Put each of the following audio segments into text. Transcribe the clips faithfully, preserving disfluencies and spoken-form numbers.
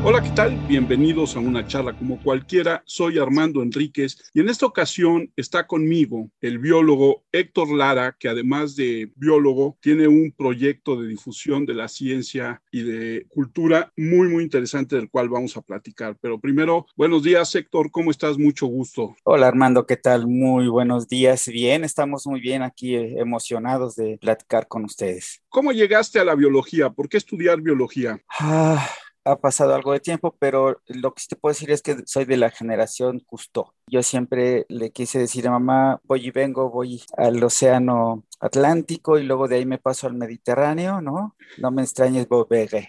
Hola, ¿qué tal? Bienvenidos a una charla como cualquiera. Soy Armando Enríquez y en esta ocasión está conmigo el biólogo Héctor Lara, que además de biólogo tiene un proyecto de difusión de la ciencia y de cultura muy, muy interesante del cual vamos a platicar. Pero primero, buenos días, Héctor, ¿cómo estás? Mucho gusto. Hola Armando, ¿qué tal? Muy buenos días. Bien, estamos muy bien aquí, eh, emocionados de platicar con ustedes. ¿Cómo llegaste a la biología? ¿Por qué estudiar biología? Ah, ha pasado algo de tiempo, pero lo que sí te puedo decir es que soy de la generación Cousteau. Yo siempre le quise decir a mamá, voy y vengo, voy al océano Atlántico y luego de ahí me paso al Mediterráneo, ¿no? No me extrañes, Bobegé.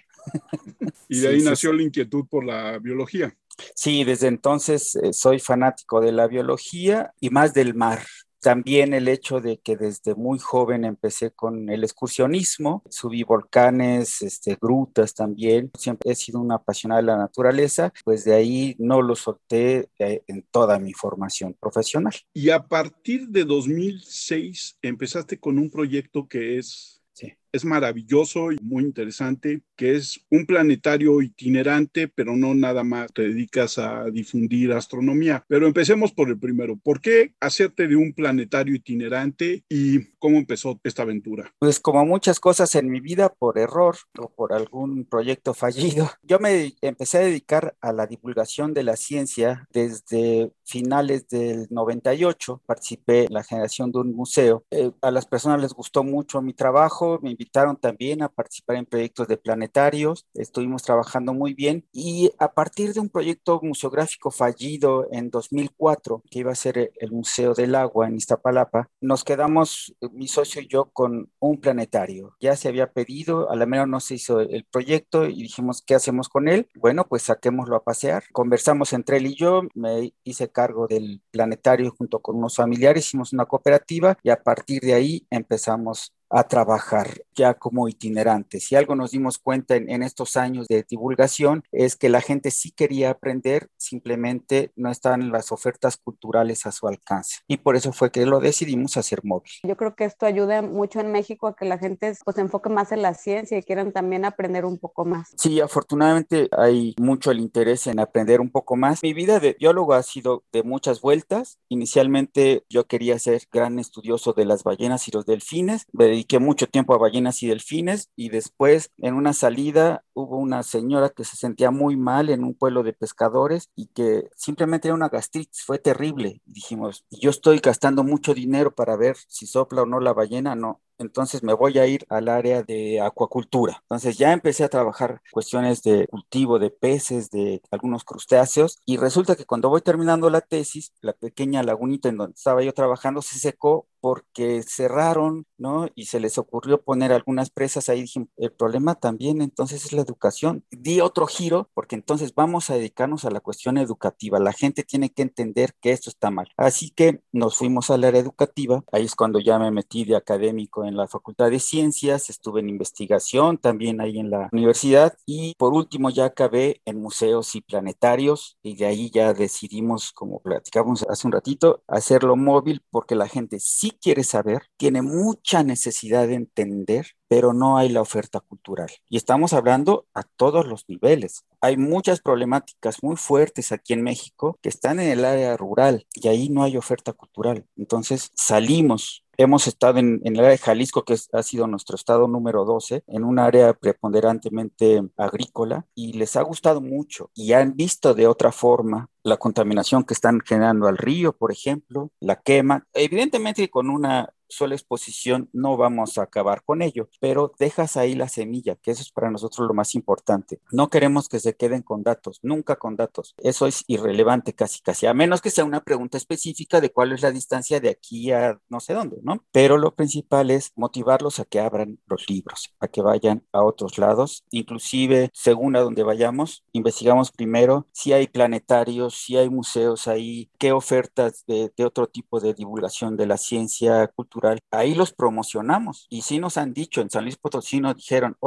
Y de Sí, ahí sí, sí. nació la inquietud por la biología. Sí, desde entonces eh, soy fanático de la biología y más del mar. También el hecho de que desde muy joven empecé con el excursionismo, subí volcanes, este, grutas también. Siempre he sido una apasionada de la naturaleza, pues de ahí no lo solté eh, en toda mi formación profesional. Y a partir de dos mil seis empezaste con un proyecto que es Sí. es maravilloso y muy interesante, que es un planetario itinerante, pero no nada más te dedicas a difundir astronomía. Pero empecemos por el primero. ¿Por qué hacerte de un planetario itinerante y cómo empezó esta aventura? Pues como muchas cosas en mi vida, por error o por algún proyecto fallido, yo me empecé a dedicar a la divulgación de la ciencia desde finales del noventa y ocho. Participé en la generación de un museo. Eh, a las personas les gustó mucho mi trabajo, me invitaron también a participar en proyectos de planetarios, estuvimos trabajando muy bien y a partir de un proyecto museográfico fallido en dos mil cuatro, que iba a ser el Museo del Agua en Iztapalapa, nos quedamos, eh, mi socio y yo, con un planetario. Ya se había pedido, a la mera no se hizo el proyecto y dijimos, ¿qué hacemos con él? Bueno, pues saquémoslo a pasear. Conversamos entre él y yo, me hice cargo del planetario junto con unos familiares, hicimos una cooperativa y a partir de ahí empezamos a trabajar ya como itinerantes. Si algo nos dimos cuenta en, en estos años de divulgación es que la gente sí quería aprender, simplemente no estaban las ofertas culturales a su alcance. Y por eso fue que lo decidimos hacer móvil. Yo creo que esto ayuda mucho en México a que la gente pues, se enfoque más en la ciencia y quieran también aprender un poco más. Sí, afortunadamente hay mucho el interés en aprender un poco más. Mi vida de biólogo ha sido de muchas vueltas. Inicialmente yo quería ser gran estudioso de las ballenas y los delfines. Me dediqué mucho tiempo a ballenas y delfines y después en una salida hubo una señora que se sentía muy mal en un pueblo de pescadores y que simplemente era una gastritis. Fue terrible. Dijimos, yo estoy gastando mucho dinero para ver si sopla o no la ballena. No, entonces me voy a ir al área de acuacultura. Entonces ya empecé a trabajar cuestiones de cultivo de peces, de algunos crustáceos, y resulta que cuando voy terminando la tesis, la pequeña lagunita en donde estaba yo trabajando se secó porque cerraron, ¿no? Y se les ocurrió poner algunas presas ahí. Dije, el problema también entonces es la educación. Di otro giro porque entonces vamos a dedicarnos a la cuestión educativa. La gente tiene que entender que esto está mal. Así que nos fuimos al área educativa. Ahí es cuando ya me metí de académico en la Facultad de Ciencias, estuve en investigación también ahí en la universidad y por último ya acabé en museos y planetarios y de ahí ya decidimos, como platicamos hace un ratito, hacerlo móvil porque la gente sí quiere saber, tiene mucha necesidad de entender, pero no hay la oferta cultural. Y estamos hablando a todos los niveles. Hay muchas problemáticas muy fuertes aquí en México que están en el área rural y ahí no hay oferta cultural. Entonces salimos. Hemos estado en, en el área de Jalisco, que es, ha sido nuestro estado número doce, en un área preponderantemente agrícola, y les ha gustado mucho y han visto de otra forma la contaminación que están generando al río, por ejemplo, la quema. Evidentemente con una sola exposición no vamos a acabar con ello, pero dejas ahí la semilla, que eso es para nosotros lo más importante. No queremos que se queden con datos, nunca con datos. Eso es irrelevante casi, casi, a menos que sea una pregunta específica de cuál es la distancia de aquí a no sé dónde, ¿no? Pero lo principal es motivarlos a que abran los libros, a que vayan a otros lados, inclusive según a donde vayamos, investigamos primero si hay planetarios, si hay museos ahí, qué ofertas de, de otro tipo de divulgación de la ciencia cultural, ahí los promocionamos. Y sí nos han dicho, en San Luis Potosí nos dijeron, oye,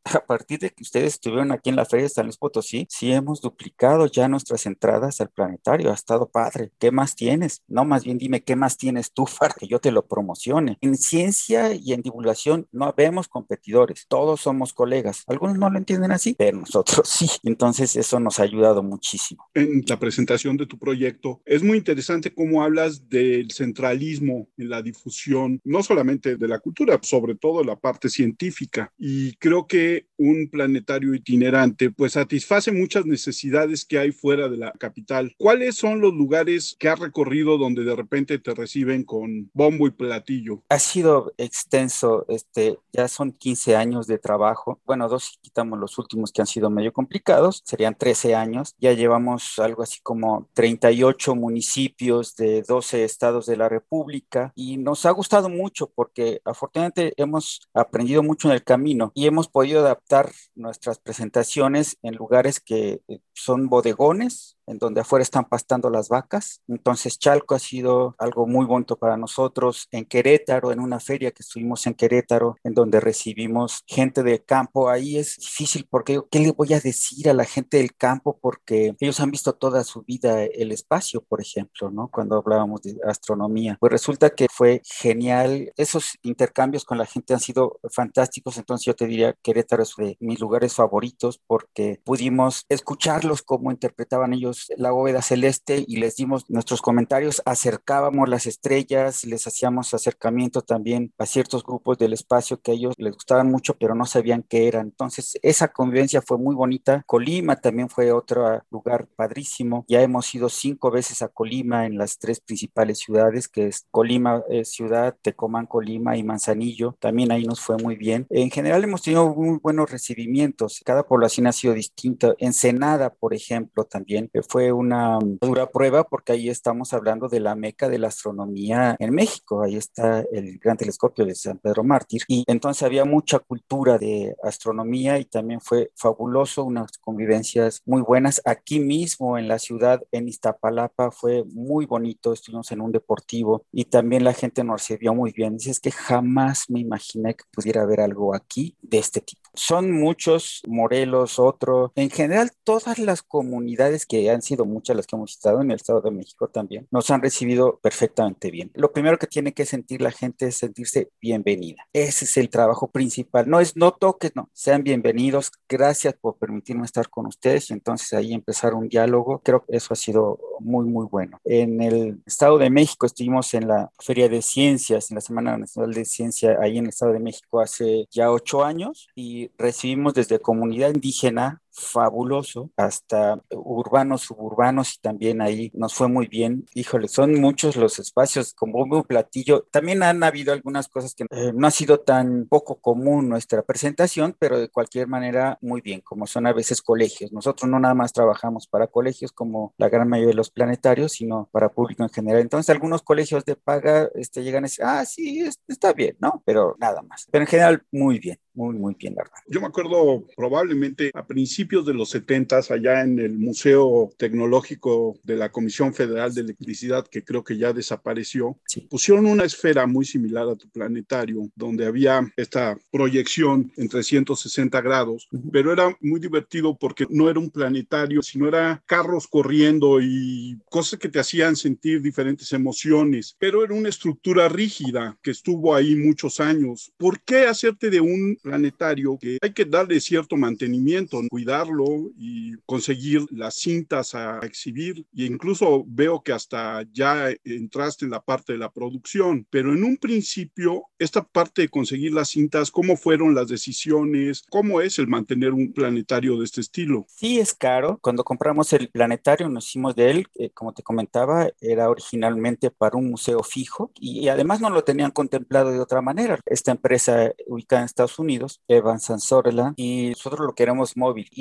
a partir de que ustedes estuvieron aquí en la Feria de San Luis Potosí, sí hemos duplicado ya nuestras entradas al planetario. Ha estado padre. ¿Qué más tienes? No, más bien dime, ¿qué más tienes tú para que yo te lo promocione? En ciencia y en divulgación no vemos competidores, todos somos colegas. Algunos no lo entienden así, pero nosotros sí. Entonces eso nos ha ayudado muchísimo. En la presentación de tu proyecto, es muy interesante cómo hablas del centralismo en la difusión, no solamente de la cultura, sobre todo la parte científica. Y creo que un planetario itinerante pues satisface muchas necesidades que hay fuera de la capital. ¿Cuáles son los lugares que has recorrido donde de repente te reciben con bombo y platillo? Ha sido extenso, este, ya son quince años de trabajo. Bueno, dos si quitamos los últimos que han sido medio complicados, serían trece años. Ya llevamos algo así como treinta y ocho municipios de doce estados de la República y nos ha gustado mucho porque afortunadamente hemos aprendido mucho en el camino y hemos podido adaptar nuestras presentaciones en lugares que eh, son bodegones, en donde afuera están pastando las vacas. Entonces Chalco ha sido algo muy bonito para nosotros. En Querétaro, en una feria que estuvimos en Querétaro, en donde recibimos gente del campo, ahí es difícil porque ¿qué le voy a decir a la gente del campo? Porque ellos han visto toda su vida el espacio, por ejemplo, ¿no? Cuando hablábamos de astronomía. Pues resulta que fue genial. Esos intercambios con la gente han sido fantásticos. Entonces yo te diría, Querétaro es de mis lugares favoritos porque pudimos escucharlos cómo interpretaban ellos la bóveda celeste y les dimos nuestros comentarios, acercábamos las estrellas, les hacíamos acercamiento también a ciertos grupos del espacio que a ellos les gustaban mucho, pero no sabían qué eran. Entonces, esa convivencia fue muy bonita. Colima también fue otro lugar padrísimo. Ya hemos ido cinco veces a Colima en las tres principales ciudades, que es Colima eh, ciudad, Tecomán, Colima y Manzanillo. También ahí nos fue muy bien. En general hemos tenido muy buenos recibimientos. Cada población ha sido distinta. Ensenada, por ejemplo, también fue una dura prueba porque ahí estamos hablando de la meca de la astronomía en México. Ahí está el gran telescopio de San Pedro Mártir y entonces había mucha cultura de astronomía y también fue fabuloso, unas convivencias muy buenas. Aquí mismo en la ciudad, en Iztapalapa, fue muy bonito. Estuvimos en un deportivo y también la gente nos recibió muy bien. Dice, es que jamás me imaginé que pudiera haber algo aquí de este tipo. Son muchos, Morelos, otro. En general, todas las comunidades que han sido muchas las que hemos estado en el Estado de México también, nos han recibido perfectamente bien. Lo primero que tiene que sentir la gente es sentirse bienvenida. Ese es el trabajo principal. No es no toques, no. Sean bienvenidos. Gracias por permitirme estar con ustedes y entonces ahí empezar un diálogo. Creo que eso ha sido muy, muy bueno. En el Estado de México estuvimos en la Feria de Ciencias, en la Semana Nacional de Ciencia, ahí en el Estado de México hace ya ocho años y recibimos desde comunidad indígena fabuloso, hasta urbanos, suburbanos y también ahí nos fue muy bien. Híjole, son muchos los espacios con bombo y platillo. También han habido algunas cosas que eh, no ha sido tan poco común nuestra presentación, pero de cualquier manera muy bien, como son a veces colegios. Nosotros no nada más trabajamos para colegios como la gran mayoría de los planetarios, sino para público en general. Entonces algunos colegios de paga este, llegan a decir, ah, sí, es, está bien, ¿no? Pero nada más. Pero en general muy bien. Muy, muy bien, la verdad. Yo me acuerdo probablemente a principios de los setentas, allá en el Museo Tecnológico de la Comisión Federal de Electricidad, que creo que ya desapareció, sí. Pusieron una esfera muy similar a tu planetario, donde había esta proyección en trescientos sesenta grados, uh-huh. Pero era muy divertido porque no era un planetario, sino era carros corriendo y cosas que te hacían sentir diferentes emociones, pero era una estructura rígida que estuvo ahí muchos años. ¿Por qué hacerte de un planetario que hay que darle cierto mantenimiento, cuidarlo y conseguir las cintas a exhibir? Y incluso veo que hasta ya entraste en la parte de la producción, pero en un principio esta parte de conseguir las cintas, ¿cómo fueron las decisiones? ¿Cómo es el mantener un planetario de este estilo? Sí, es caro. Cuando compramos el planetario nos hicimos de él, eh, como te comentaba, era originalmente para un museo fijo y, y además no lo tenían contemplado de otra manera. Esta empresa ubicada en Estados Unidos, Evans and Sutherland, y nosotros lo queremos móvil y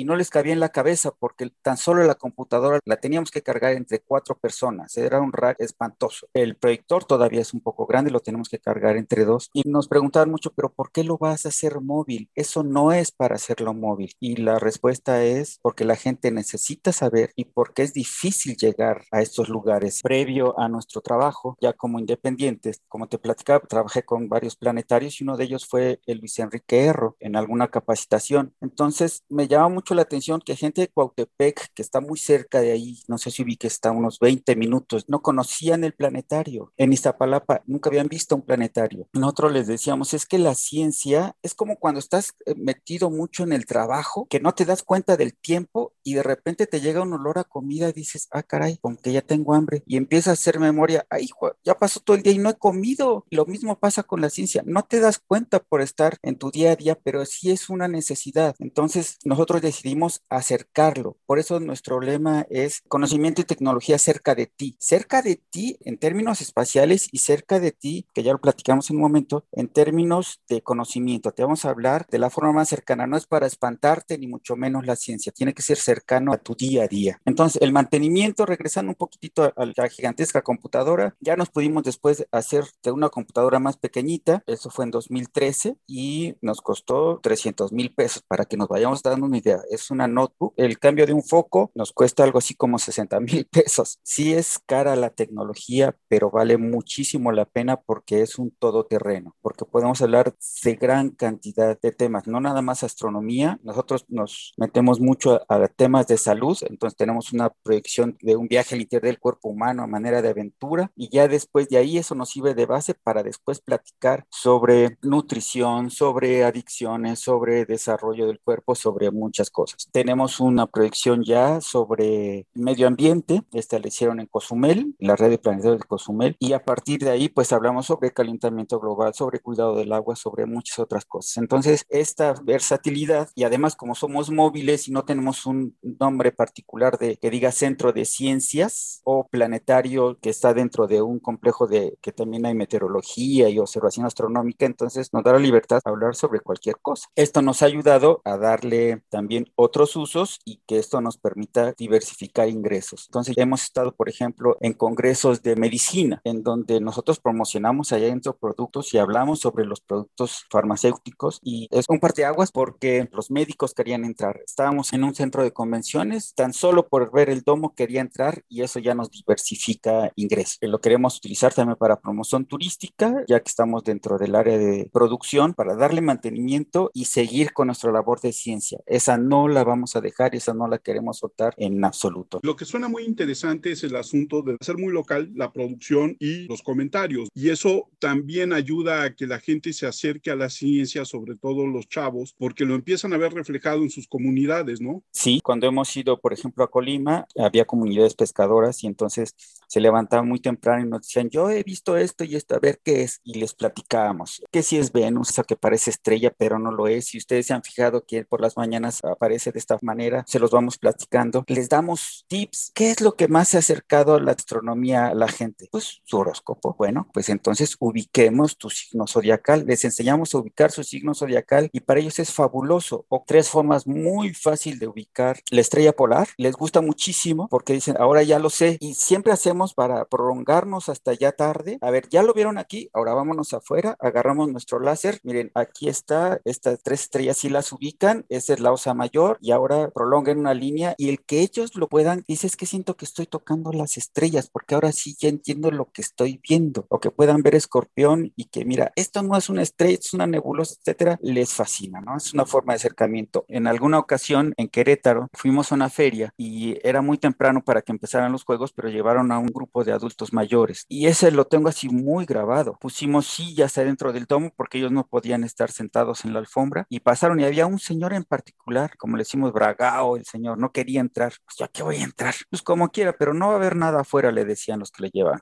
y no les cabía en la cabeza porque tan solo la computadora la teníamos que cargar entre cuatro personas, era un rack espantoso. El proyector todavía es un poco grande, lo tenemos que cargar entre dos y nos preguntaban mucho, pero ¿por qué lo vas a hacer móvil? Eso no es para hacerlo móvil. Y la respuesta es porque la gente necesita saber y porque es difícil llegar a estos lugares. Previo a nuestro trabajo, ya como independientes, como te platicaba, trabajé con varios planetarios y uno de ellos fue el Luis Enrique Erro en alguna capacitación. Entonces me llama mucho la atención que gente de Cuautepec, que está muy cerca de ahí, no sé si vi que está a unos veinte minutos, no conocían el planetario. En Iztapalapa nunca habían visto un planetario. Nosotros les decíamos, es que la ciencia es como cuando estás eh, metido mucho en el trabajo, que no te das cuenta del tiempo y de repente te llega un olor a comida y dices, ah, caray, como que ya tengo hambre. Y empiezas a hacer memoria, ay, hijo, ya pasó todo el día y no he comido. Y lo mismo pasa con la ciencia. No te das cuenta por estar en tu día a día, pero sí es una necesidad. Entonces, nosotros decidimos acercarlo. Por eso nuestro lema es conocimiento y tecnología cerca de ti. Cerca de ti en términos espaciales y cerca de ti, que ya lo platicamos en un momento, en términos de conocimiento. Te vamos a hablar de la forma más cercana. No es para espantarte ni mucho menos la ciencia. Tiene que ser cercano a tu día a día. Entonces, el mantenimiento, regresando un poquitito a la gigantesca computadora, ya nos pudimos después hacer de una computadora más pequeñita. Eso fue en dos mil trece y nos costó trescientos mil pesos para que nos vayamos dando una idea. Es una notebook. El cambio de un foco nos cuesta algo así como sesenta mil pesos. Sí es cara la tecnología, pero vale muchísimo la pena porque es un todoterreno, porque podemos hablar de gran cantidad de temas, no nada más astronomía. Nosotros nos metemos mucho a, a temas de salud, entonces tenemos una proyección de un viaje al interior del cuerpo humano a manera de aventura y ya después de ahí eso nos sirve de base para después platicar sobre nutrición, sobre adicciones, sobre desarrollo del cuerpo, sobre muchas cosas. Tenemos una proyección ya sobre medio ambiente, esta la hicieron en Cozumel, la red de planetarios de Cozumel, y a partir de ahí pues hablamos sobre calentamiento global, sobre cuidado del agua, sobre muchas otras cosas. Entonces, esta versatilidad y además como somos móviles y no tenemos un nombre particular de que diga centro de ciencias o planetario que está dentro de un complejo de que también hay meteorología y observación astronómica, entonces nos da la libertad de hablar sobre cualquier cosa. Esto nos ha ayudado a darle también otros usos y que esto nos permita diversificar ingresos. Entonces, hemos estado, por ejemplo, en congresos de medicina, en donde nosotros promocionamos allá dentro productos y hablamos sobre los productos farmacéuticos y es un parteaguas porque los médicos querían entrar. Estábamos en un centro de convenciones, tan solo por ver el domo quería entrar y eso ya nos diversifica ingresos. Lo queremos utilizar también para promoción turística, ya que estamos dentro del área de producción, para darle mantenimiento y seguir con nuestra labor de ciencia. Esa no la vamos a dejar, esa no la queremos soltar en absoluto. Lo que suena muy interesante es el asunto de hacer muy local la producción y los comentarios. Y eso también ayuda a que la gente se acerque a la ciencia, sobre todo los chavos, porque lo empiezan a ver reflejado en sus comunidades, ¿no? Sí, cuando hemos ido, por ejemplo, a Colima, había comunidades pescadoras y entonces se levantaban muy temprano y nos decían, yo he visto esto y esto, a ver qué es. Y les platicábamos que si es Venus, eso que parece estrella, pero no lo es. Si ustedes se han fijado que por las mañanas aparece de esta manera, se los vamos platicando. Les damos tips. ¿Qué es lo que más se ha acercado a la astronomía a la gente? Pues su horóscopo. Bueno, pues entonces ubiquemos tu signo zodiacal. Les enseñamos a ubicar su signo zodiacal y para ellos es fabuloso. O tres formas muy fáciles de ubicar la estrella polar. Les gusta muchísimo porque dicen, ahora ya lo sé. Y siempre hacemos para prolongarnos hasta ya tarde. A ver, ya lo vieron aquí, ahora vámonos afuera, agarramos nuestro láser. Miren, aquí está, estas tres estrellas sí las ubican, esa es la Osa Mayor y ahora prolonguen una línea y el que ellos lo puedan, dice, es que siento que estoy tocando las estrellas porque ahora sí ya entiendo lo que estoy viendo. O que puedan ver Escorpión y que mira, esto no es una estrella, es una nebulosa, etcétera, les fascina, ¿no? Es una forma de acercamiento. En alguna ocasión en Querétaro fuimos a una feria y era muy temprano para que empezaran los juegos, pero llevaron a un grupo de adultos mayores y ese lo tengo así muy grabado. Pusimos sillas adentro del domo porque ellos no podían estar sentados en la alfombra y pasaron y había un señor en particular, como le decimos bragao, el señor no quería entrar. Pues ya que voy a entrar, pues como quiera, pero no va a haber nada afuera, le decían los que le llevan.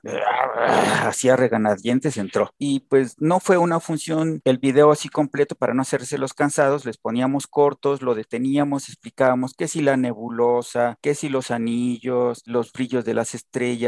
Hacía regañadientes, entró y pues no fue una función el video así completo para no hacerse los cansados, les poníamos cortos, lo deteníamos, explicábamos que si la nebulosa, que si los anillos, los brillos de las estrellas,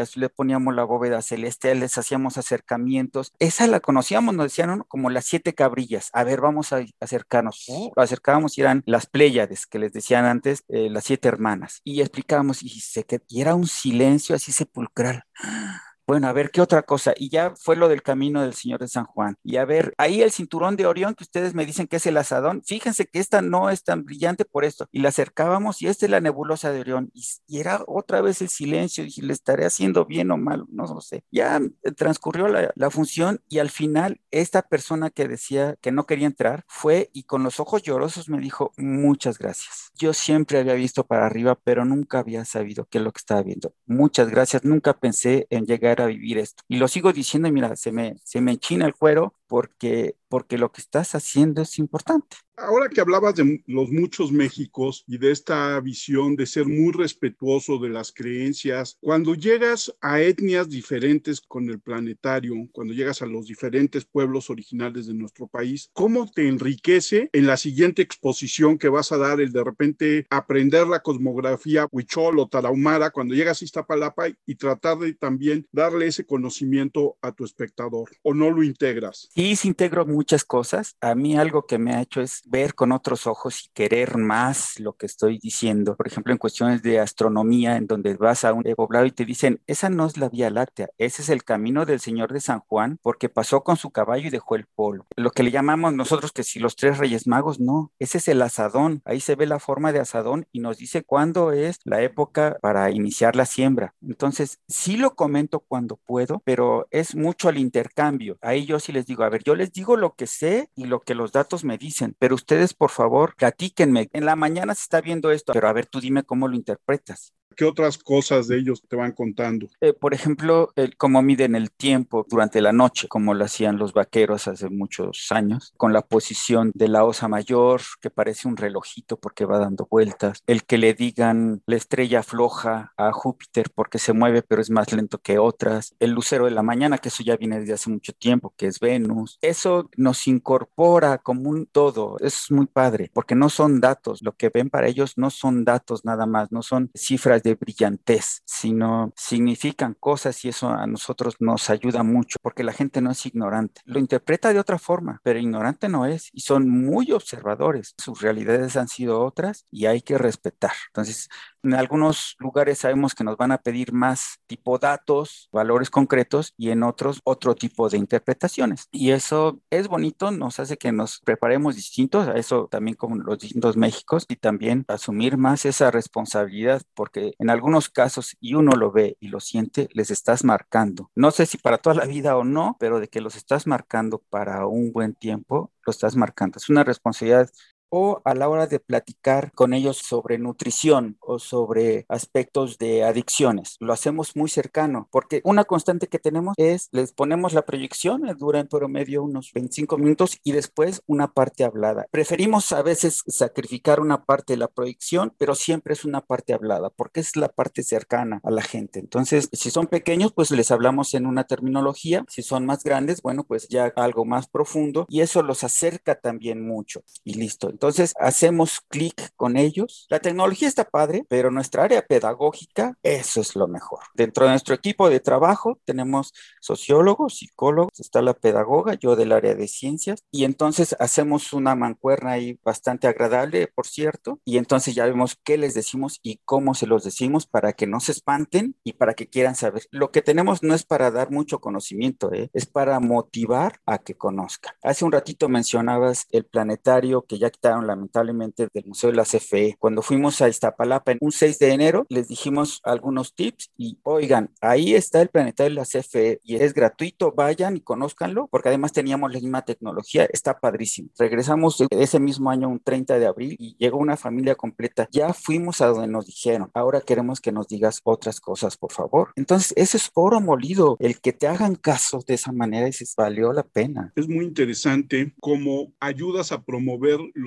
estrellas, le poníamos la bóveda celestial, les hacíamos acercamientos. Esa la conocíamos, nos decían, ¿no?, como las siete cabrillas. A ver, vamos a acercarnos. Uh, lo acercábamos y eran las Pléyades, que les decían antes, eh, las siete hermanas. Y explicábamos, y, se, y era un silencio así sepulcral. Bueno, a ver, ¿qué otra cosa? Y ya fue lo del camino del Señor de San Juan. Y a ver, ahí el cinturón de Orión, que ustedes me dicen que es el asadón, fíjense que esta no es tan brillante por esto. Y la acercábamos y esta es la nebulosa de Orión. Y, y era otra vez el silencio. Y le estaré haciendo bien o mal, no lo sé. Ya transcurrió la, la función y al final esta persona que decía que no quería entrar fue y con los ojos llorosos me dijo, muchas gracias. Yo siempre había visto para arriba, pero nunca había sabido qué es lo que estaba viendo. Muchas gracias. Nunca pensé en llegar a vivir esto. Y lo sigo diciendo y mira, se me, se me enchina el cuero porque, porque lo que estás haciendo es importante. Ahora que hablabas de los muchos Méxicos y de esta visión de ser muy respetuoso de las creencias, cuando llegas a etnias diferentes con el planetario, cuando llegas a los diferentes pueblos originales de nuestro país, ¿cómo te enriquece en la siguiente exposición que vas a dar el de repente aprender la cosmografía huichol o tarahumara cuando llegas a Iztapalapa y tratar de también darle ese conocimiento a tu espectador? ¿O no lo integras? Sí, sí integro muchas cosas. A mí algo que me ha hecho es ver con otros ojos y querer más lo que estoy diciendo. Por ejemplo, en cuestiones de astronomía, en donde vas a un poblado y te dicen, esa no es la Vía Láctea, ese es el camino del Señor de San Juan, porque pasó con su caballo y dejó el polo. Lo que le llamamos nosotros que si los tres Reyes Magos, no, ese es el asadón. Ahí se ve la forma de asadón y nos dice cuándo es la época para iniciar la siembra. Entonces, sí lo comento cuando puedo, pero es mucho al intercambio. Ahí yo sí les digo, a ver, yo les digo lo que sé y lo que los datos me dicen, pero ustedes, por favor, platíquenme. En la mañana se está viendo esto, pero a ver, tú dime cómo lo interpretas. ¿Qué otras cosas de ellos te van contando? Eh, por ejemplo, el cómo miden el tiempo durante la noche, como lo hacían los vaqueros hace muchos años, con la posición de la Osa Mayor, que parece un relojito porque va dando vueltas, el que le digan la estrella floja a Júpiter porque se mueve pero es más lento que otras, el lucero de la mañana, que eso ya viene desde hace mucho tiempo, que es Venus. Eso nos incorpora como un todo, es muy padre, porque no son datos, lo que ven para ellos no son datos nada más, no son cifras de brillantez, sino significan cosas y eso a nosotros nos ayuda mucho porque la gente no es ignorante, lo interpreta de otra forma, pero ignorante no es y son muy observadores, sus realidades han sido otras y hay que respetar. Entonces, en algunos lugares sabemos que nos van a pedir más tipo datos, valores concretos y en otros otro tipo de interpretaciones y eso es bonito, nos hace que nos preparemos distintos, a eso también como los distintos Méxicos y también asumir más esa responsabilidad porque en algunos casos, y uno lo ve y lo siente, les estás marcando. No sé si para toda la vida o no, pero de que los estás marcando para un buen tiempo, lo estás marcando. Es una responsabilidad. O a la hora de platicar con ellos sobre nutrición o sobre aspectos de adicciones. Lo hacemos muy cercano, porque una constante que tenemos es, les ponemos la proyección, dura en promedio unos veinticinco minutos y después una parte hablada. Preferimos a veces sacrificar una parte de la proyección, pero siempre es una parte hablada, porque es la parte cercana a la gente. Entonces, si son pequeños, pues les hablamos en una terminología. Si son más grandes, bueno, pues ya algo más profundo y eso los acerca también mucho. Y listo. Entonces hacemos clic con ellos. La tecnología está padre, pero nuestra área pedagógica, eso es lo mejor. Dentro de nuestro equipo de trabajo tenemos sociólogos, psicólogos, está la pedagoga, yo del área de ciencias, y entonces hacemos una mancuerna ahí bastante agradable, por cierto, y entonces ya vemos qué les decimos y cómo se los decimos para que no se espanten y para que quieran saber. Lo que tenemos no es para dar mucho conocimiento, ¿eh? Es para motivar a que conozcan. Hace un ratito mencionabas el planetario que ya lamentablemente del Museo de la C F E. Cuando fuimos a Iztapalapa en un seis de enero, les dijimos algunos tips y oigan, ahí está el planetario de la C F E y es gratuito, vayan y conózcanlo, porque además teníamos la misma tecnología, está padrísimo. Regresamos ese mismo año, un treinta de abril, y llegó una familia completa. Ya fuimos a donde nos dijeron, ahora queremos que nos digas otras cosas, por favor. Entonces, ese es oro molido, el que te hagan caso de esa manera, dices, valió la pena. Es muy interesante cómo ayudas a promover los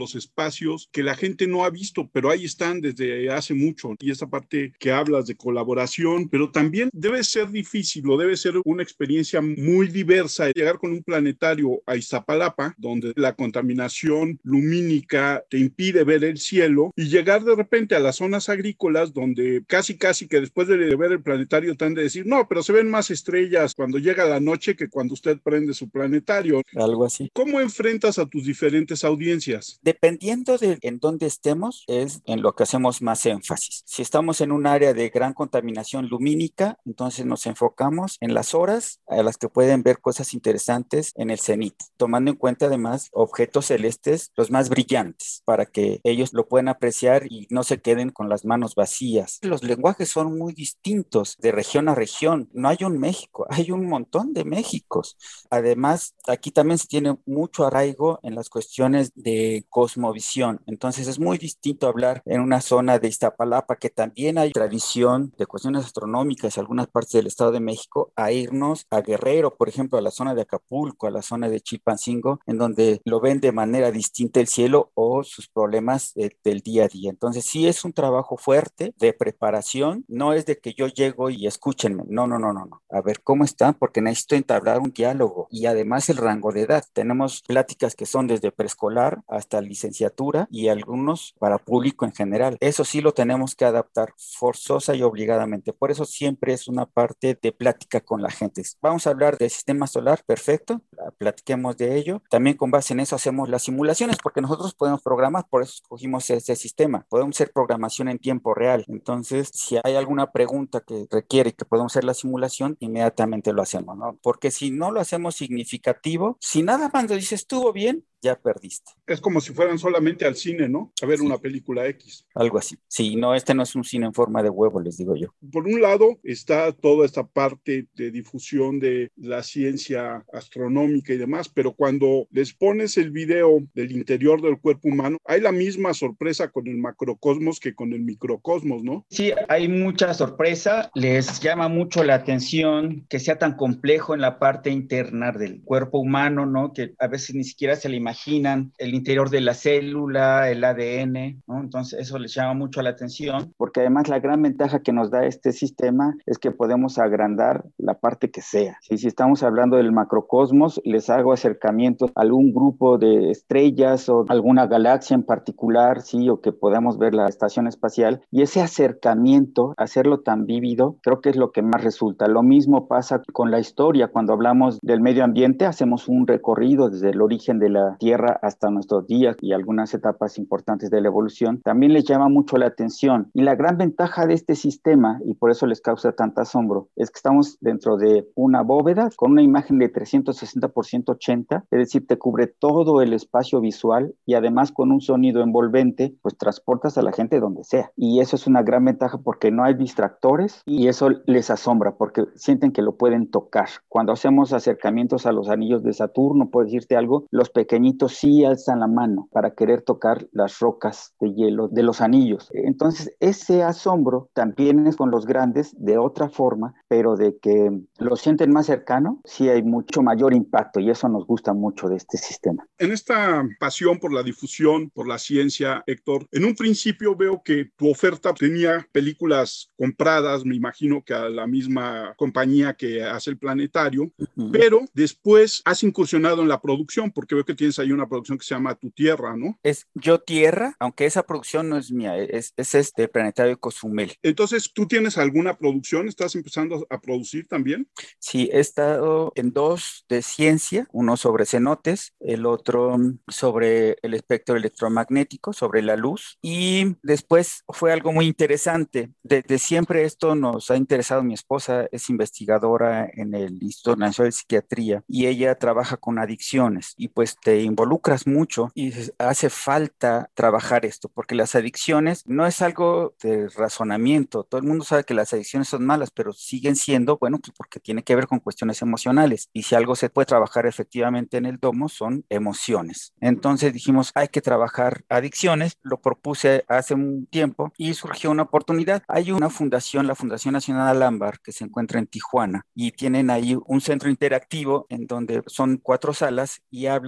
los espacios que la gente no ha visto, pero ahí están desde hace mucho. Y esa parte que hablas de colaboración, pero también debe ser difícil o debe ser una experiencia muy diversa llegar con un planetario a Iztapalapa, donde la contaminación lumínica te impide ver el cielo, y llegar de repente a las zonas agrícolas donde casi casi que después de ver el planetario te han de decir, no, pero se ven más estrellas cuando llega la noche que cuando usted prende su planetario. Algo así. ¿Cómo enfrentas a tus diferentes audiencias? Dependiendo de en dónde estemos, es en lo que hacemos más énfasis. Si estamos en un área de gran contaminación lumínica, entonces nos enfocamos en las horas a las que pueden ver cosas interesantes en el cenit, tomando en cuenta además objetos celestes los más brillantes, para que ellos lo puedan apreciar y no se queden con las manos vacías. Los lenguajes son muy distintos de región a región. No hay un México, hay un montón de Méxicos. Además, aquí también se tiene mucho arraigo en las cuestiones de cosmovisión. Entonces es muy distinto hablar en una zona de Iztapalapa, que también hay tradición de cuestiones astronómicas en algunas partes del Estado de México, a irnos a Guerrero, por ejemplo, a la zona de Acapulco, a la zona de Chilpancingo, en donde lo ven de manera distinta el cielo o sus problemas eh, del día a día. Entonces sí es un trabajo fuerte de preparación. No es de que yo llego y escúchenme. No, no, no, no, no. A ver cómo están, porque necesito entablar un diálogo, y además el rango de edad. Tenemos pláticas que son desde preescolar hasta licenciatura y algunos para público en general. Eso sí lo tenemos que adaptar forzosa y obligadamente. Por eso siempre es una parte de plática con la gente. Vamos a hablar del sistema solar, perfecto, platiquemos de ello. También con base en eso hacemos las simulaciones, porque nosotros podemos programar, por eso escogimos ese sistema. Podemos hacer programación en tiempo real. Entonces, si hay alguna pregunta que requiere que podamos hacer la simulación, inmediatamente lo hacemos, ¿no? Porque si no lo hacemos significativo, si nada más lo dices, estuvo bien, ya perdiste. Es como si fueran solamente al cine, ¿no? A ver, sí, una película X. Algo así. Sí, no, este no es un cine en forma de huevo, les digo yo. Por un lado está toda esta parte de difusión de la ciencia astronómica y demás, pero cuando les pones el video del interior del cuerpo humano, hay la misma sorpresa con el macrocosmos que con el microcosmos, ¿no? Sí, hay mucha sorpresa. Les llama mucho la atención que sea tan complejo en la parte interna del cuerpo humano, ¿no? Que a veces ni siquiera se le imaginan el interior de la célula, el A D N, ¿no? Entonces eso les llama mucho la atención. Porque además la gran ventaja que nos da este sistema es que podemos agrandar la parte que sea. ¿Sí? Si estamos hablando del macrocosmos, les hago acercamientos a algún grupo de estrellas o alguna galaxia en particular, ¿sí? O que podamos ver la estación espacial, y ese acercamiento, hacerlo tan vívido, creo que es lo que más resulta. Lo mismo pasa con la historia. Cuando hablamos del medio ambiente, hacemos un recorrido desde el origen de la Tierra hasta nuestros días y algunas etapas importantes de la evolución. También les llama mucho la atención. Y la gran ventaja de este sistema, y por eso les causa tanto asombro, es que estamos dentro de una bóveda con una imagen de trescientos sesenta por ciento ochenta, es decir, te cubre todo el espacio visual, y además con un sonido envolvente, pues transportas a la gente donde sea. Y eso es una gran ventaja porque no hay distractores, y eso les asombra porque sienten que lo pueden tocar. Cuando hacemos acercamientos a los anillos de Saturno, por decirte algo, los pequeñitos sí alzan la mano para querer tocar las rocas de hielo de los anillos. Entonces, ese asombro también es con los grandes de otra forma, pero de que lo sienten más cercano, sí hay mucho mayor impacto, y eso nos gusta mucho de este sistema. En esta pasión por la difusión, por la ciencia, Héctor, en un principio veo que tu oferta tenía películas compradas, me imagino que a la misma compañía que hace el planetario, uh-huh. Pero después has incursionado en la producción, porque veo que tienes ahí una producción que se llama Tu Tierra, ¿no? Es Yo Tierra, aunque esa producción no es mía, es, es este Planetario de Cozumel. Entonces, ¿tú tienes alguna producción? ¿Estás empezando a producir también? Sí, he estado en dos de ciencia, uno sobre cenotes, el otro sobre el espectro electromagnético, sobre la luz, y después fue algo muy interesante. Desde siempre esto nos ha interesado. Mi esposa es investigadora en el Instituto Nacional de Psiquiatría y ella trabaja con adicciones, y pues te involucras mucho y hace falta trabajar esto, porque las adicciones no es algo de razonamiento. Todo el mundo sabe que las adicciones son malas, pero siguen siendo, bueno, pues porque tiene que ver con cuestiones emocionales, y si algo se puede trabajar efectivamente en el domo son emociones. Entonces dijimos, hay que trabajar adicciones. Lo propuse hace un tiempo y surgió una oportunidad. Hay una fundación, la Fundación Nacional Alámbar, que se encuentra en Tijuana, y tienen ahí un centro interactivo en donde son cuatro salas y hablan sobre adicciones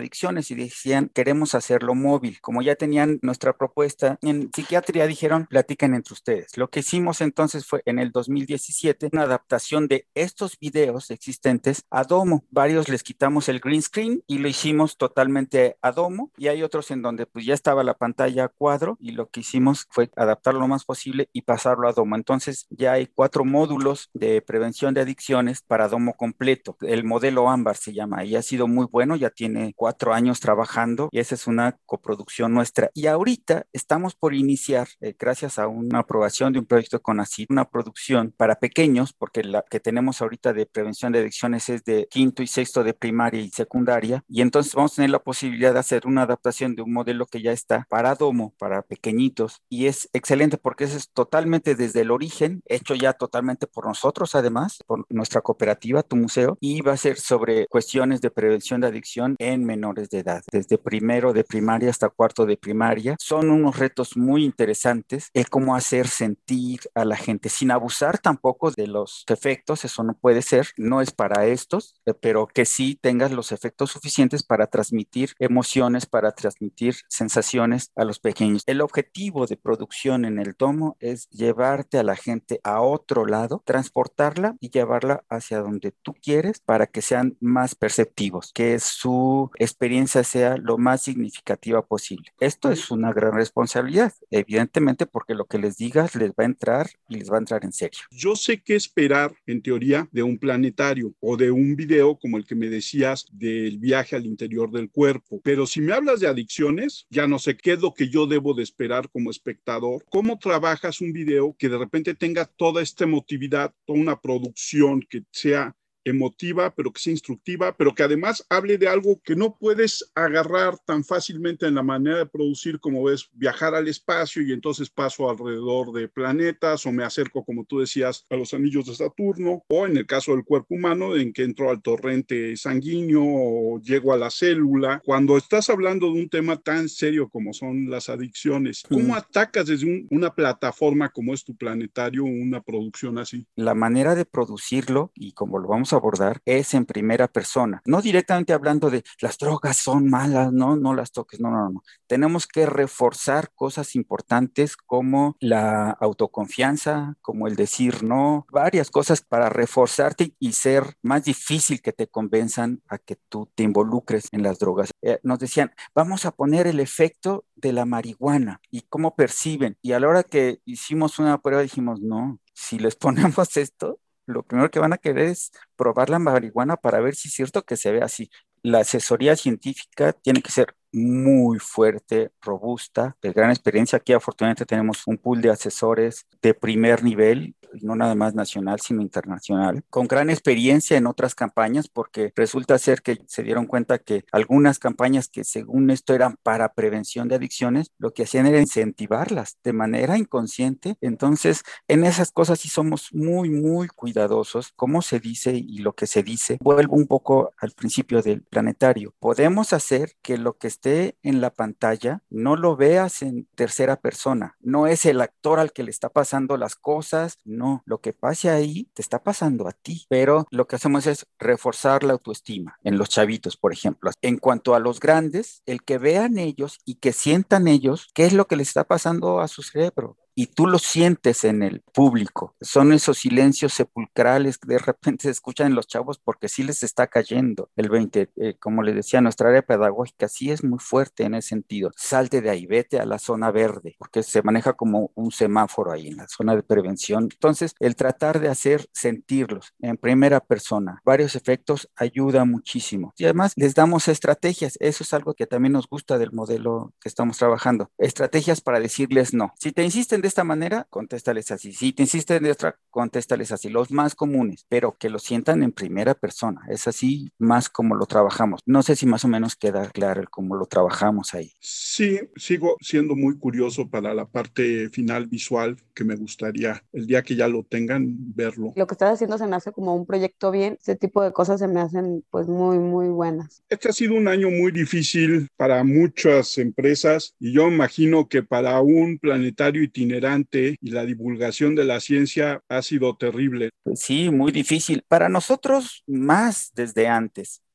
adicciones y decían, queremos hacerlo móvil. Como ya tenían nuestra propuesta en psiquiatría, dijeron, platiquen entre ustedes. Lo que hicimos entonces fue en el dos mil diecisiete una adaptación de estos videos existentes a Domo. Varios les quitamos el green screen y lo hicimos totalmente a Domo, y hay otros en donde pues ya estaba la pantalla a cuadro y lo que hicimos fue adaptarlo lo más posible y pasarlo a Domo. Entonces ya hay cuatro módulos de prevención de adicciones para Domo completo. El modelo Ámbar se llama y ha sido muy bueno, ya tiene cuatro años trabajando y esa es una coproducción nuestra. Y ahorita estamos por iniciar, eh, gracias a una aprobación de un proyecto con CONACYT, una producción para pequeños, porque la que tenemos ahorita de prevención de adicciones es de quinto y sexto de primaria y secundaria, y entonces vamos a tener la posibilidad de hacer una adaptación de un modelo que ya está para Domo, para pequeñitos, y es excelente porque eso es totalmente desde el origen, hecho ya totalmente por nosotros, además, por nuestra cooperativa, Tu Museo, y va a ser sobre cuestiones de prevención de adicción en menores de edad, desde primero de primaria hasta cuarto de primaria. Son unos retos muy interesantes, el cómo hacer sentir a la gente sin abusar tampoco de los efectos, eso no puede ser, no es para estos, pero que sí tengas los efectos suficientes para transmitir emociones, para transmitir sensaciones a los pequeños. El objetivo de producción en el Domo es llevarte a la gente a otro lado, transportarla y llevarla hacia donde tú quieres para que sean más perceptivos, que su experiencia sea lo más significativa posible. Esto es una gran responsabilidad, evidentemente, porque lo que les digas les va a entrar y les va a entrar en serio. Yo sé qué esperar, en teoría, de un planetario o de un video como el que me decías del viaje al interior del cuerpo, pero si me hablas de adicciones, ya no sé qué es lo que yo debo de esperar como espectador. ¿Cómo trabajas un video que de repente tenga toda esta emotividad, toda una producción que sea emotiva, pero que sea instructiva, pero que además hable de algo que no puedes agarrar tan fácilmente en la manera de producir como ves, viajar al espacio y entonces paso alrededor de planetas o me acerco, como tú decías, a los anillos de Saturno, o en el caso del cuerpo humano, en que entro al torrente sanguíneo o llego a la célula? Cuando estás hablando de un tema tan serio como son las adicciones, ¿cómo mm. atacas desde un, una plataforma como es tu planetario una producción así? La manera de producirlo, y como lo vamos a abordar, es en primera persona, no directamente hablando de las drogas son malas, no, no las toques, no, no, no. Tenemos que reforzar cosas importantes como la autoconfianza, como el decir no, varias cosas para reforzarte y ser más difícil que te convenzan a que tú te involucres en las drogas. Eh, nos decían, vamos a poner el efecto de la marihuana y cómo perciben, y a la hora que hicimos una prueba dijimos, no, si les ponemos esto, lo primero que van a querer es probar la marihuana para ver si es cierto que se ve así. La asesoría científica tiene que ser muy fuerte, robusta, de gran experiencia. Aquí afortunadamente tenemos un pool de asesores de primer nivel, no nada más nacional, sino internacional, con gran experiencia en otras campañas, porque resulta ser que se dieron cuenta que algunas campañas que según esto eran para prevención de adicciones, lo que hacían era incentivarlas de manera inconsciente. Entonces, en esas cosas sí somos muy, muy cuidadosos, como se dice y lo que se dice. Vuelvo un poco al principio del planetario. Podemos hacer que lo que esté en la pantalla no lo veas en tercera persona, no es el actor al que le está pasando las cosas, no, lo que pase ahí te está pasando a ti, pero lo que hacemos es reforzar la autoestima en los chavitos, por ejemplo. En cuanto a los grandes, el que vean ellos y que sientan ellos qué es lo que les está pasando a su cerebro. Y tú lo sientes en el público. Son esos silencios sepulcrales que de repente se escuchan en los chavos porque sí les está cayendo el veinte. Eh, como les decía, nuestra área pedagógica sí es muy fuerte en ese sentido. Salte de ahí, vete a la zona verde, porque se maneja como un semáforo ahí en la zona de prevención. Entonces, el tratar de hacer sentirlos en primera persona, varios efectos, ayuda muchísimo. Y además les damos estrategias. Eso es algo que también nos gusta del modelo que estamos trabajando. Estrategias para decirles no. Si te insisten de esta manera, contéstales así. Si te insisten de otra, contéstales así. Los más comunes, pero que lo sientan en primera persona. Es así más como lo trabajamos. No sé si más o menos queda claro el cómo lo trabajamos ahí. Sí, sigo siendo muy curioso para la parte final visual, que me gustaría el día que ya lo tengan, verlo. Lo que estás haciendo se me hace como un proyecto bien. Ese tipo de cosas se me hacen pues muy, muy buenas. Este ha sido un año muy difícil para muchas empresas y yo imagino que para un planetario itinerante y la divulgación de la ciencia ha sido terrible. Sí, muy difícil. Para nosotros más desde antes,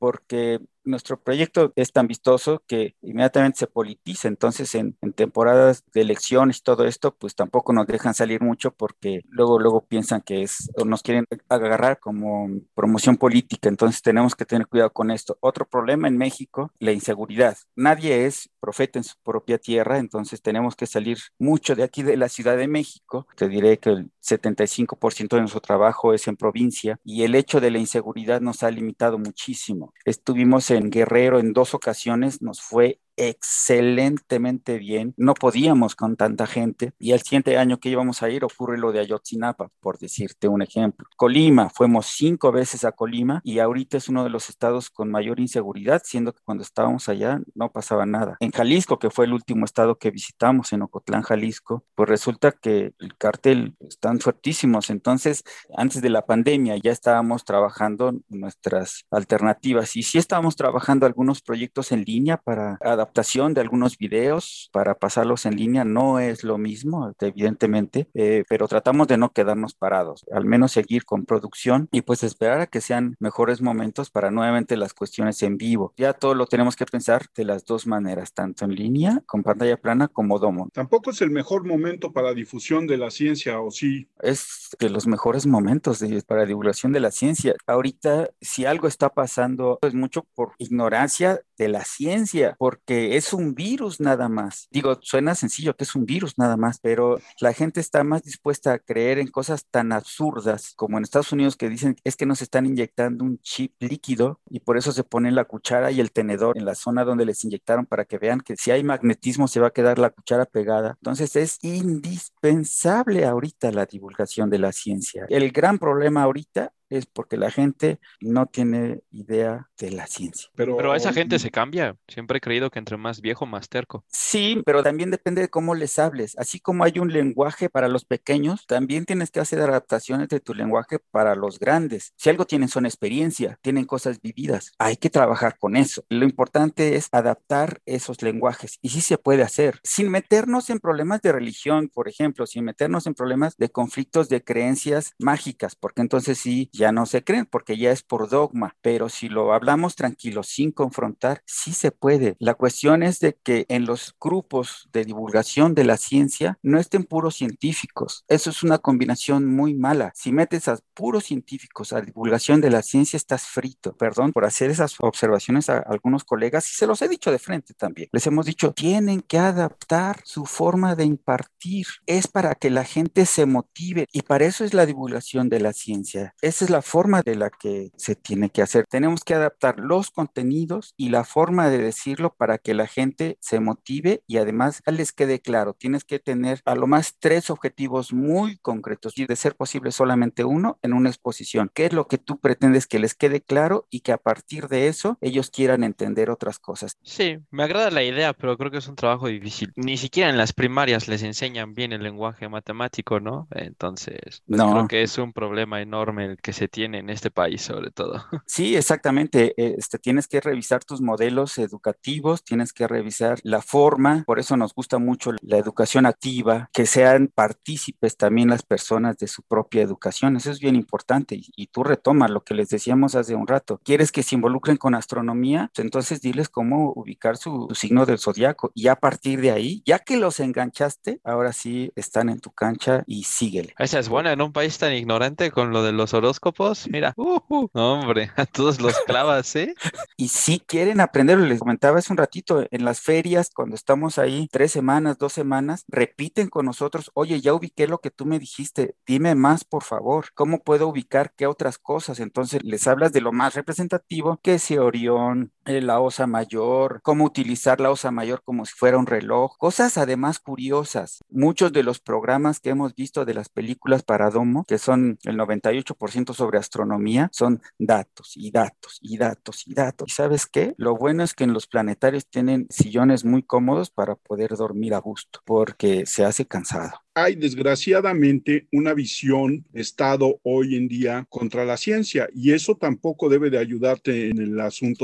porque nuestro proyecto es tan vistoso que inmediatamente se politiza. Entonces, en, en temporadas de elecciones y todo esto, pues tampoco nos dejan salir mucho porque luego, luego piensan que es, o nos quieren agarrar como promoción política. Entonces, tenemos que tener cuidado con esto. Otro problema en México, la inseguridad. Nadie es profeta en su propia tierra, entonces tenemos que salir mucho de aquí de la Ciudad de México. Te diré que el setenta y cinco por ciento de nuestro trabajo es en provincia y el hecho de la inseguridad nos ha limitado muchísimo. Estuvimos en Guerrero en dos ocasiones, nos fue excelentemente bien, no podíamos con tanta gente y el siguiente año que íbamos a ir ocurre lo de Ayotzinapa, por decirte un ejemplo. Colima, fuimos cinco veces a Colima y ahorita es uno de los estados con mayor inseguridad, siendo que cuando estábamos allá no pasaba nada. En Jalisco, que fue el último estado que visitamos, en Ocotlán, Jalisco, pues resulta que el cártel están fuertísimos, entonces antes de la pandemia ya estábamos trabajando nuestras alternativas y sí estábamos trabajando algunos proyectos en línea para adaptación de algunos videos para pasarlos en línea. No es lo mismo, evidentemente, eh, pero tratamos de no quedarnos parados, al menos seguir con producción y pues esperar a que sean mejores momentos para nuevamente las cuestiones en vivo. Ya todo lo tenemos que pensar de las dos maneras, tanto en línea, con pantalla plana, como domo. Tampoco es el mejor momento para difusión de la ciencia, ¿o sí? Es de los mejores momentos de, para divulgación de la ciencia. Ahorita, si algo está pasando, es mucho por ignorancia de la ciencia, porque es un virus nada más. Digo, suena sencillo que es un virus nada más, pero la gente está más dispuesta a creer en cosas tan absurdas como en Estados Unidos que dicen es que nos están inyectando un chip líquido y por eso se ponen la cuchara y el tenedor en la zona donde les inyectaron para que vean que si hay magnetismo se va a quedar la cuchara pegada. Entonces es indispensable ahorita la divulgación de la ciencia. El gran problema ahorita es porque la gente no tiene idea de la ciencia. Pero, Pero esa gente se cambia. Siempre he creído que entre más viejo, más terco. Sí, pero también depende de cómo les hables. Así como hay un lenguaje para los pequeños, también tienes que hacer adaptaciones de tu lenguaje para los grandes. Si algo tienen son experiencia, tienen cosas vividas. Hay que trabajar con eso. Lo importante es adaptar esos lenguajes y sí se puede hacer sin meternos en problemas de religión, por ejemplo, sin meternos en problemas de conflictos de creencias mágicas, porque entonces sí, ya no se creen, porque ya es por dogma. Pero si lo hablamos tranquilo, sin confrontar, sí se puede. La cuestión es de que en los grupos de divulgación de la ciencia no estén puros científicos. Eso es una combinación muy mala. Si metes a puros científicos a divulgación de la ciencia, estás frito. Perdón por hacer esas observaciones a algunos colegas y se los he dicho de frente también. Les hemos dicho, tienen que adaptar su forma de impartir. Es para que la gente se motive y para eso es la divulgación de la ciencia. Esa es la forma de la que se tiene que hacer. Tenemos que adaptar los contenidos y la forma de decirlo para que la gente se motive y además les quede claro. Tienes que tener a lo más tres objetivos muy concretos y de ser posible solamente uno en una exposición. ¿Qué es lo que tú pretendes que les quede claro y que a partir de eso ellos quieran entender otras cosas? Sí, me agrada la idea, pero creo que es un trabajo difícil. Ni siquiera en las primarias les enseñan bien el lenguaje matemático, ¿no? Entonces, pues creo No. que es un problema enorme el que se tiene en este país, sobre todo. Sí, exactamente. Este, tienes que revisar tus modelos educativos, tienes que revisar la forma, por eso nos gusta mucho la educación activa, que sean partícipes también las personas de su propia educación. Eso es bien importante y, y tú retomas lo que les decíamos hace un rato. ¿Quieres que se involucren con astronomía? Pues entonces diles cómo ubicar su, su signo del zodiaco y a partir de ahí, ya que los enganchaste, ahora sí están en tu cancha y síguele. Esa es buena en un país tan ignorante con lo de los horóscopos. Mira, uh, uh, no, hombre, a todos los clavas, ¿eh? Y si quieren aprender, les comentaba hace un ratito, en las ferias, cuando estamos ahí tres semanas, dos semanas, repiten con nosotros, oye, ya ubiqué lo que tú me dijiste, dime más, por favor, ¿cómo puedo ubicar qué otras cosas? Entonces les hablas de lo más representativo, que si Orión, eh, la Osa Mayor, cómo utilizar la Osa Mayor como si fuera un reloj, cosas además curiosas. Muchos de los programas que hemos visto de las películas para Domo, que son el noventa y ocho por ciento sobre astronomía, son datos y datos y datos y datos. ¿Y sabes qué? Lo bueno es que en los planetarios tienen sillones muy cómodos para poder dormir a gusto, porque se hace cansado. Hay desgraciadamente una visión Estado hoy en día contra la ciencia y eso tampoco debe de ayudarte en el asunto de la divulgación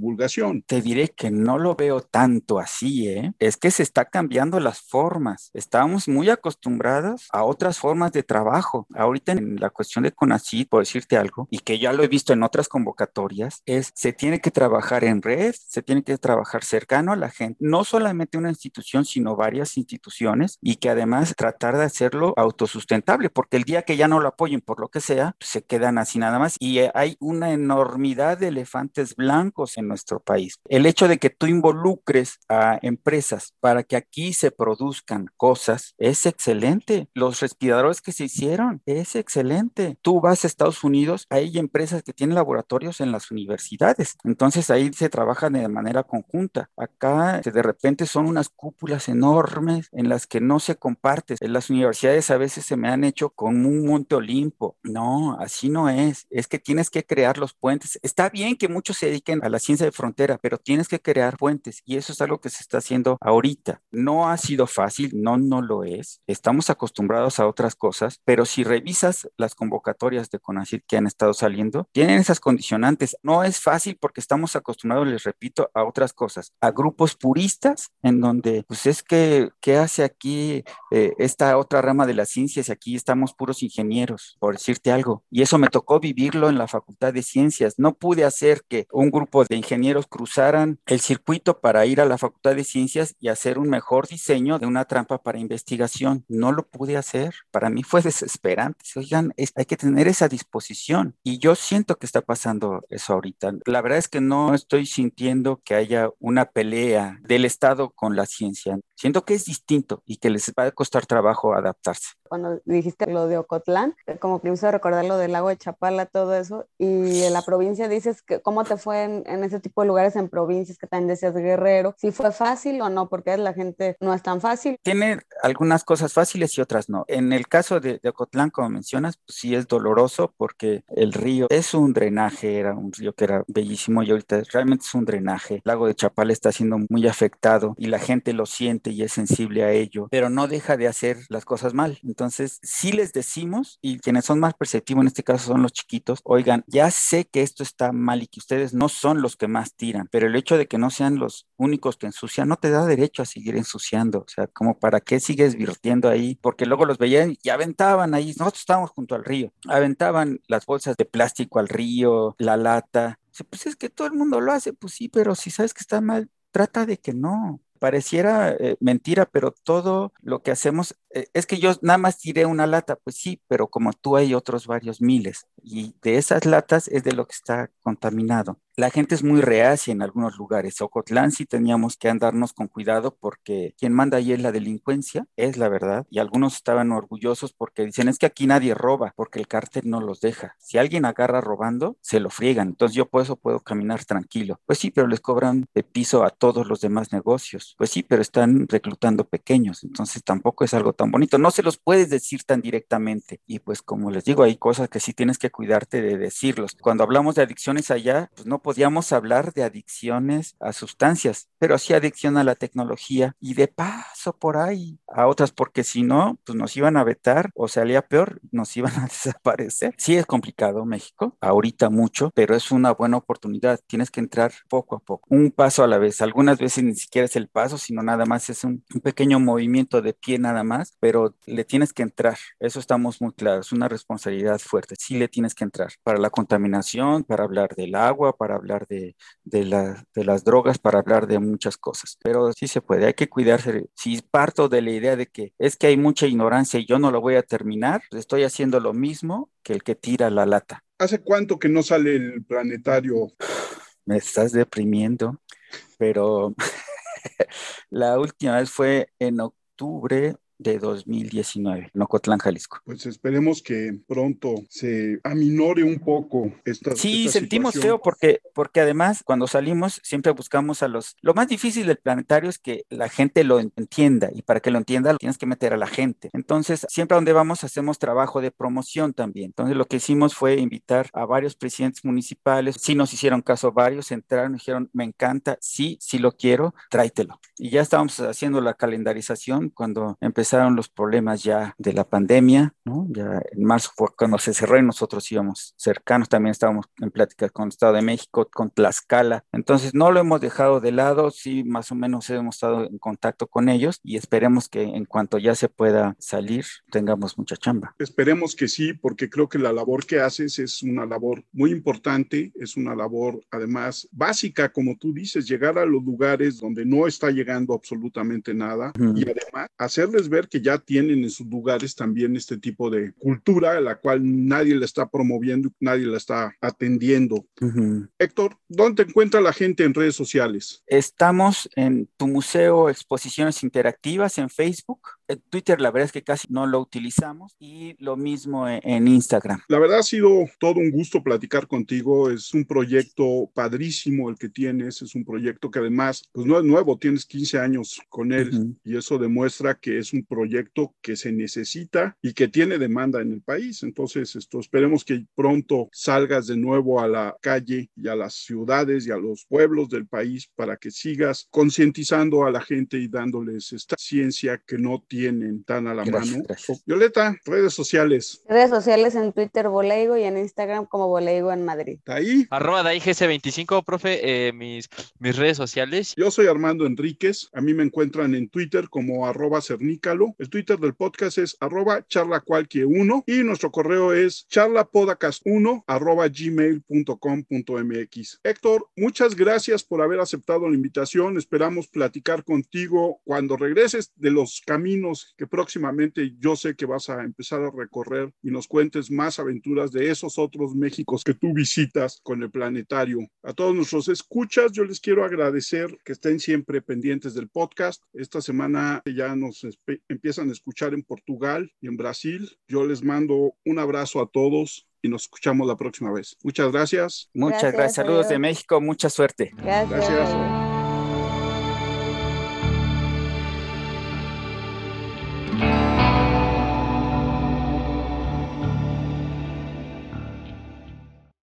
divulgación. Te diré que no lo veo tanto así, ¿eh? Es que se está cambiando las formas. Estábamos muy acostumbrados a otras formas de trabajo. Ahorita en la cuestión de CONACYT, por decirte algo, y que ya lo he visto en otras convocatorias, es se tiene que trabajar en red, se tiene que trabajar cercano a la gente, no solamente una institución, sino varias instituciones, y que además tratar de hacerlo autosustentable, porque el día que ya no lo apoyen por lo que sea, pues se quedan así nada más. Y eh, hay una enormidad de elefantes blancos en nuestro país. El hecho de que tú involucres a empresas para que aquí se produzcan cosas es excelente. Los respiradores que se hicieron es excelente. Tú vas a Estados Unidos, hay empresas que tienen laboratorios en las universidades, entonces ahí se trabaja de manera conjunta. Acá de repente son unas cúpulas enormes en las que no se comparte. En las universidades a veces se me han hecho con un Monte Olimpo. No, así no es. Es que tienes que crear los puentes. Está bien que muchos se dediquen a la ciencia de frontera, pero tienes que crear puentes y eso es algo que se está haciendo ahorita. No ha sido fácil, no, no lo es. Estamos acostumbrados a otras cosas, pero si revisas las convocatorias de CONACYT que han estado saliendo, tienen esas condicionantes. No es fácil porque estamos acostumbrados, les repito, a otras cosas, a grupos puristas en donde, pues es que, ¿qué hace aquí eh, esta otra rama de la ciencia si aquí estamos puros ingenieros, por decirte algo? Y eso me tocó vivirlo en la Facultad de Ciencias. No pude hacer que un grupo de ingenieros cruzaran el circuito para ir a la Facultad de Ciencias y hacer un mejor diseño de una trampa para investigación. No lo pude hacer. Para mí fue desesperante. Oigan, es, hay que tener esa disposición. Y yo siento que está pasando eso ahorita. La verdad es que no estoy sintiendo que haya una pelea del Estado con la ciencia. Siento que es distinto y que les va a costar trabajo adaptarse. Cuando dijiste lo de Ocotlán, como que me hizo recordar lo del lago de Chapala, todo eso, y en la provincia dices que cómo te fue en, en ese tipo de lugares en provincias que también decías Guerrero, si fue fácil o no, porque la gente no es tan fácil. Tiene algunas cosas fáciles y otras no. En el caso de, de Ocotlán, como mencionas, pues sí es doloroso porque el río es un drenaje, era un río que era bellísimo y ahorita realmente es un drenaje. El lago de Chapala está siendo muy afectado y la gente lo siente y es sensible a ello, pero no deja de hacer las cosas mal. Entonces, sí les decimos, y quienes son más perceptivos en este caso son los chiquitos, oigan, ya sé que esto está mal y que ustedes no son los que más tiran, pero el hecho de que no sean los únicos que ensucian no te da derecho a seguir ensuciando. O sea, como para qué sigues virtiendo ahí, porque luego los veían y aventaban ahí, nosotros estábamos junto al río, aventaban las bolsas de plástico al río, la lata. O sea, pues es que todo el mundo lo hace, pues sí, pero si sabes que está mal, trata de que no. Pareciera eh, mentira, pero todo lo que hacemos, eh, es que yo nada más tiré una lata, pues sí, pero como tú hay otros varios miles y de esas latas es de lo que está contaminado. La gente es muy reacia en algunos lugares. Ocotlán sí teníamos que andarnos con cuidado porque quien manda ahí es la delincuencia, es la verdad. Y algunos estaban orgullosos porque dicen, es que aquí nadie roba, porque el cártel no los deja. Si alguien agarra robando, se lo friegan. Entonces yo por eso puedo caminar tranquilo. Pues sí, pero les cobran de piso a todos los demás negocios. Pues sí, pero están reclutando pequeños. Entonces tampoco es algo tan bonito. No se los puedes decir tan directamente. Y pues como les digo, hay cosas que sí tienes que cuidarte de decirlos. Cuando hablamos de adicciones allá, pues no podíamos hablar de adicciones a sustancias, pero sí adicción a la tecnología y de paso por ahí a otras, porque si no, pues nos iban a vetar o salía peor, nos iban a desaparecer. Sí es complicado México, ahorita mucho, pero es una buena oportunidad. Tienes que entrar poco a poco, un paso a la vez. Algunas veces ni siquiera es el paso, sino nada más es un, un pequeño movimiento de pie nada más, pero le tienes que entrar. Eso estamos muy claros, es una responsabilidad fuerte. Sí le tienes que entrar para la contaminación, para hablar del agua, para hablar de, de, la, de las drogas, para hablar de muchas cosas, pero sí se puede, hay que cuidarse. Si parto de la idea de que es que hay mucha ignorancia y yo no lo voy a terminar, pues estoy haciendo lo mismo que el que tira la lata. ¿Hace cuánto que no sale el planetario? Me estás deprimiendo, pero la última vez fue en octubre de dos mil diecinueve, en Ocotlán, Jalisco. Pues esperemos que pronto se aminore un poco esta, Sí, esta sentimos situación. feo porque, porque además cuando salimos siempre buscamos a los... Lo más difícil del planetario es que la gente lo entienda y para que lo entienda lo tienes que meter a la gente. Entonces, siempre a donde vamos hacemos trabajo de promoción también. Entonces, lo que hicimos fue invitar a varios presidentes municipales. Sí nos hicieron caso varios, entraron y dijeron, me encanta, sí, sí lo quiero, tráetelo. Y ya estábamos haciendo la calendarización cuando empezamos empezaron los problemas ya de la pandemia, ¿no? Ya en marzo fue cuando se cerró y nosotros íbamos cercanos, también estábamos en pláticas con el Estado de México, con Tlaxcala. Entonces no lo hemos dejado de lado, sí, más o menos hemos estado en contacto con ellos y esperemos que en cuanto ya se pueda salir, tengamos mucha chamba. Esperemos que sí, porque creo que la labor que haces es una labor muy importante, es una labor además básica, como tú dices, llegar a los lugares donde no está llegando absolutamente nada uh-huh. y además hacerles ver que ya tienen en sus lugares también este tipo de cultura a la cual nadie la está promoviendo, nadie la está atendiendo. Uh-huh. Héctor, ¿dónde te encuentra la gente en redes sociales? Estamos en Tu Museo Exposiciones Interactivas en Facebook. En Twitter la verdad es que casi no lo utilizamos y lo mismo en, en Instagram. La verdad ha sido todo un gusto platicar contigo, es un proyecto padrísimo el que tienes, es un proyecto que además pues no es nuevo, tienes quince años con él uh-huh. y eso demuestra que es un proyecto que se necesita y que tiene demanda en el país. Entonces esto, esperemos que pronto salgas de nuevo a la calle y a las ciudades y a los pueblos del país para que sigas concientizando a la gente y dándoles esta ciencia que no tienen tan a la gracias, mano. Gracias. Violeta, redes sociales. Redes sociales en Twitter Boleigo y en Instagram como Boleigo en Madrid. Ahí. Arroba Daí G C veinticinco, profe, eh, mis, mis redes sociales. Yo soy Armando Enríquez. A mí me encuentran en Twitter como arroba cernícalo. El Twitter del podcast es arroba charlacualquier uno y nuestro correo es charlapodcast uno arroba gmail punto com punto mx. Héctor, muchas gracias por haber aceptado la invitación. Esperamos platicar contigo cuando regreses de los caminos que próximamente yo sé que vas a empezar a recorrer y nos cuentes más aventuras de esos otros Méxicos que tú visitas con el planetario. A todos nuestros escuchas, yo les quiero agradecer que estén siempre pendientes del podcast. Esta semana ya nos empiezan a escuchar en Portugal y en Brasil. Yo les mando un abrazo a todos y nos escuchamos la próxima vez. Muchas gracias. Muchas gracias. gracias. Saludos de México. Mucha suerte. Gracias. Gracias.